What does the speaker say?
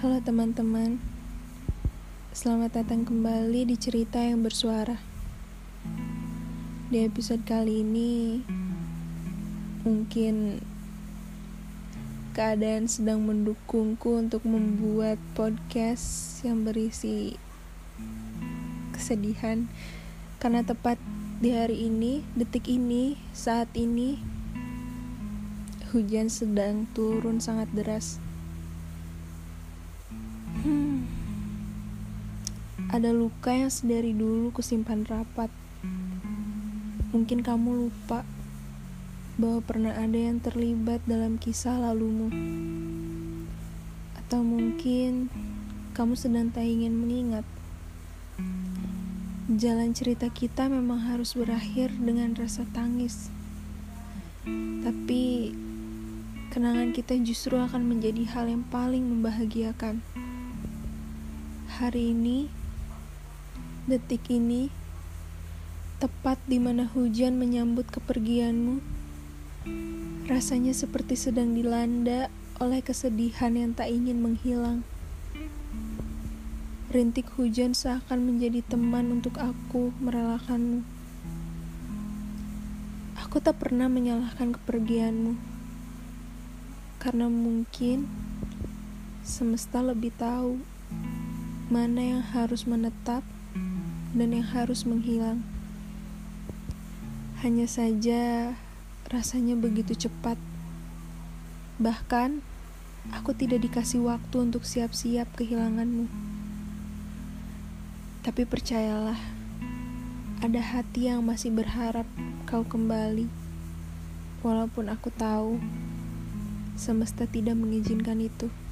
Halo teman-teman, selamat datang kembali di cerita yang bersuara. Di episode kali ini, mungkin keadaan sedang mendukungku untuk membuat podcast yang berisi kesedihan. Karena tepat di hari ini, detik ini, saat ini, hujan sedang turun sangat deras. Ada luka yang sedari dulu kusimpan rapat. Mungkin kamu lupa bahwa pernah ada yang terlibat dalam kisah lalumu. Atau mungkin kamu sedang tak ingin mengingat. Jalan cerita kita memang harus berakhir dengan rasa tangis. Tapi kenangan kita justru akan menjadi hal yang paling membahagiakan. Hari ini, detik ini, tepat di mana hujan menyambut kepergianmu, rasanya seperti sedang dilanda oleh kesedihan yang tak ingin menghilang. Rintik hujan seakan menjadi teman untuk aku merelakanmu. Aku tak pernah menyalahkan kepergianmu, karena mungkin semesta lebih tahu mana yang harus menetap dan yang harus menghilang. Hanya saja rasanya begitu cepat. Bahkan aku tidak dikasih waktu untuk siap-siap kehilanganmu. Tapi percayalah, ada hati yang masih berharap kau kembali. Walaupun aku tahu semesta tidak mengizinkan itu.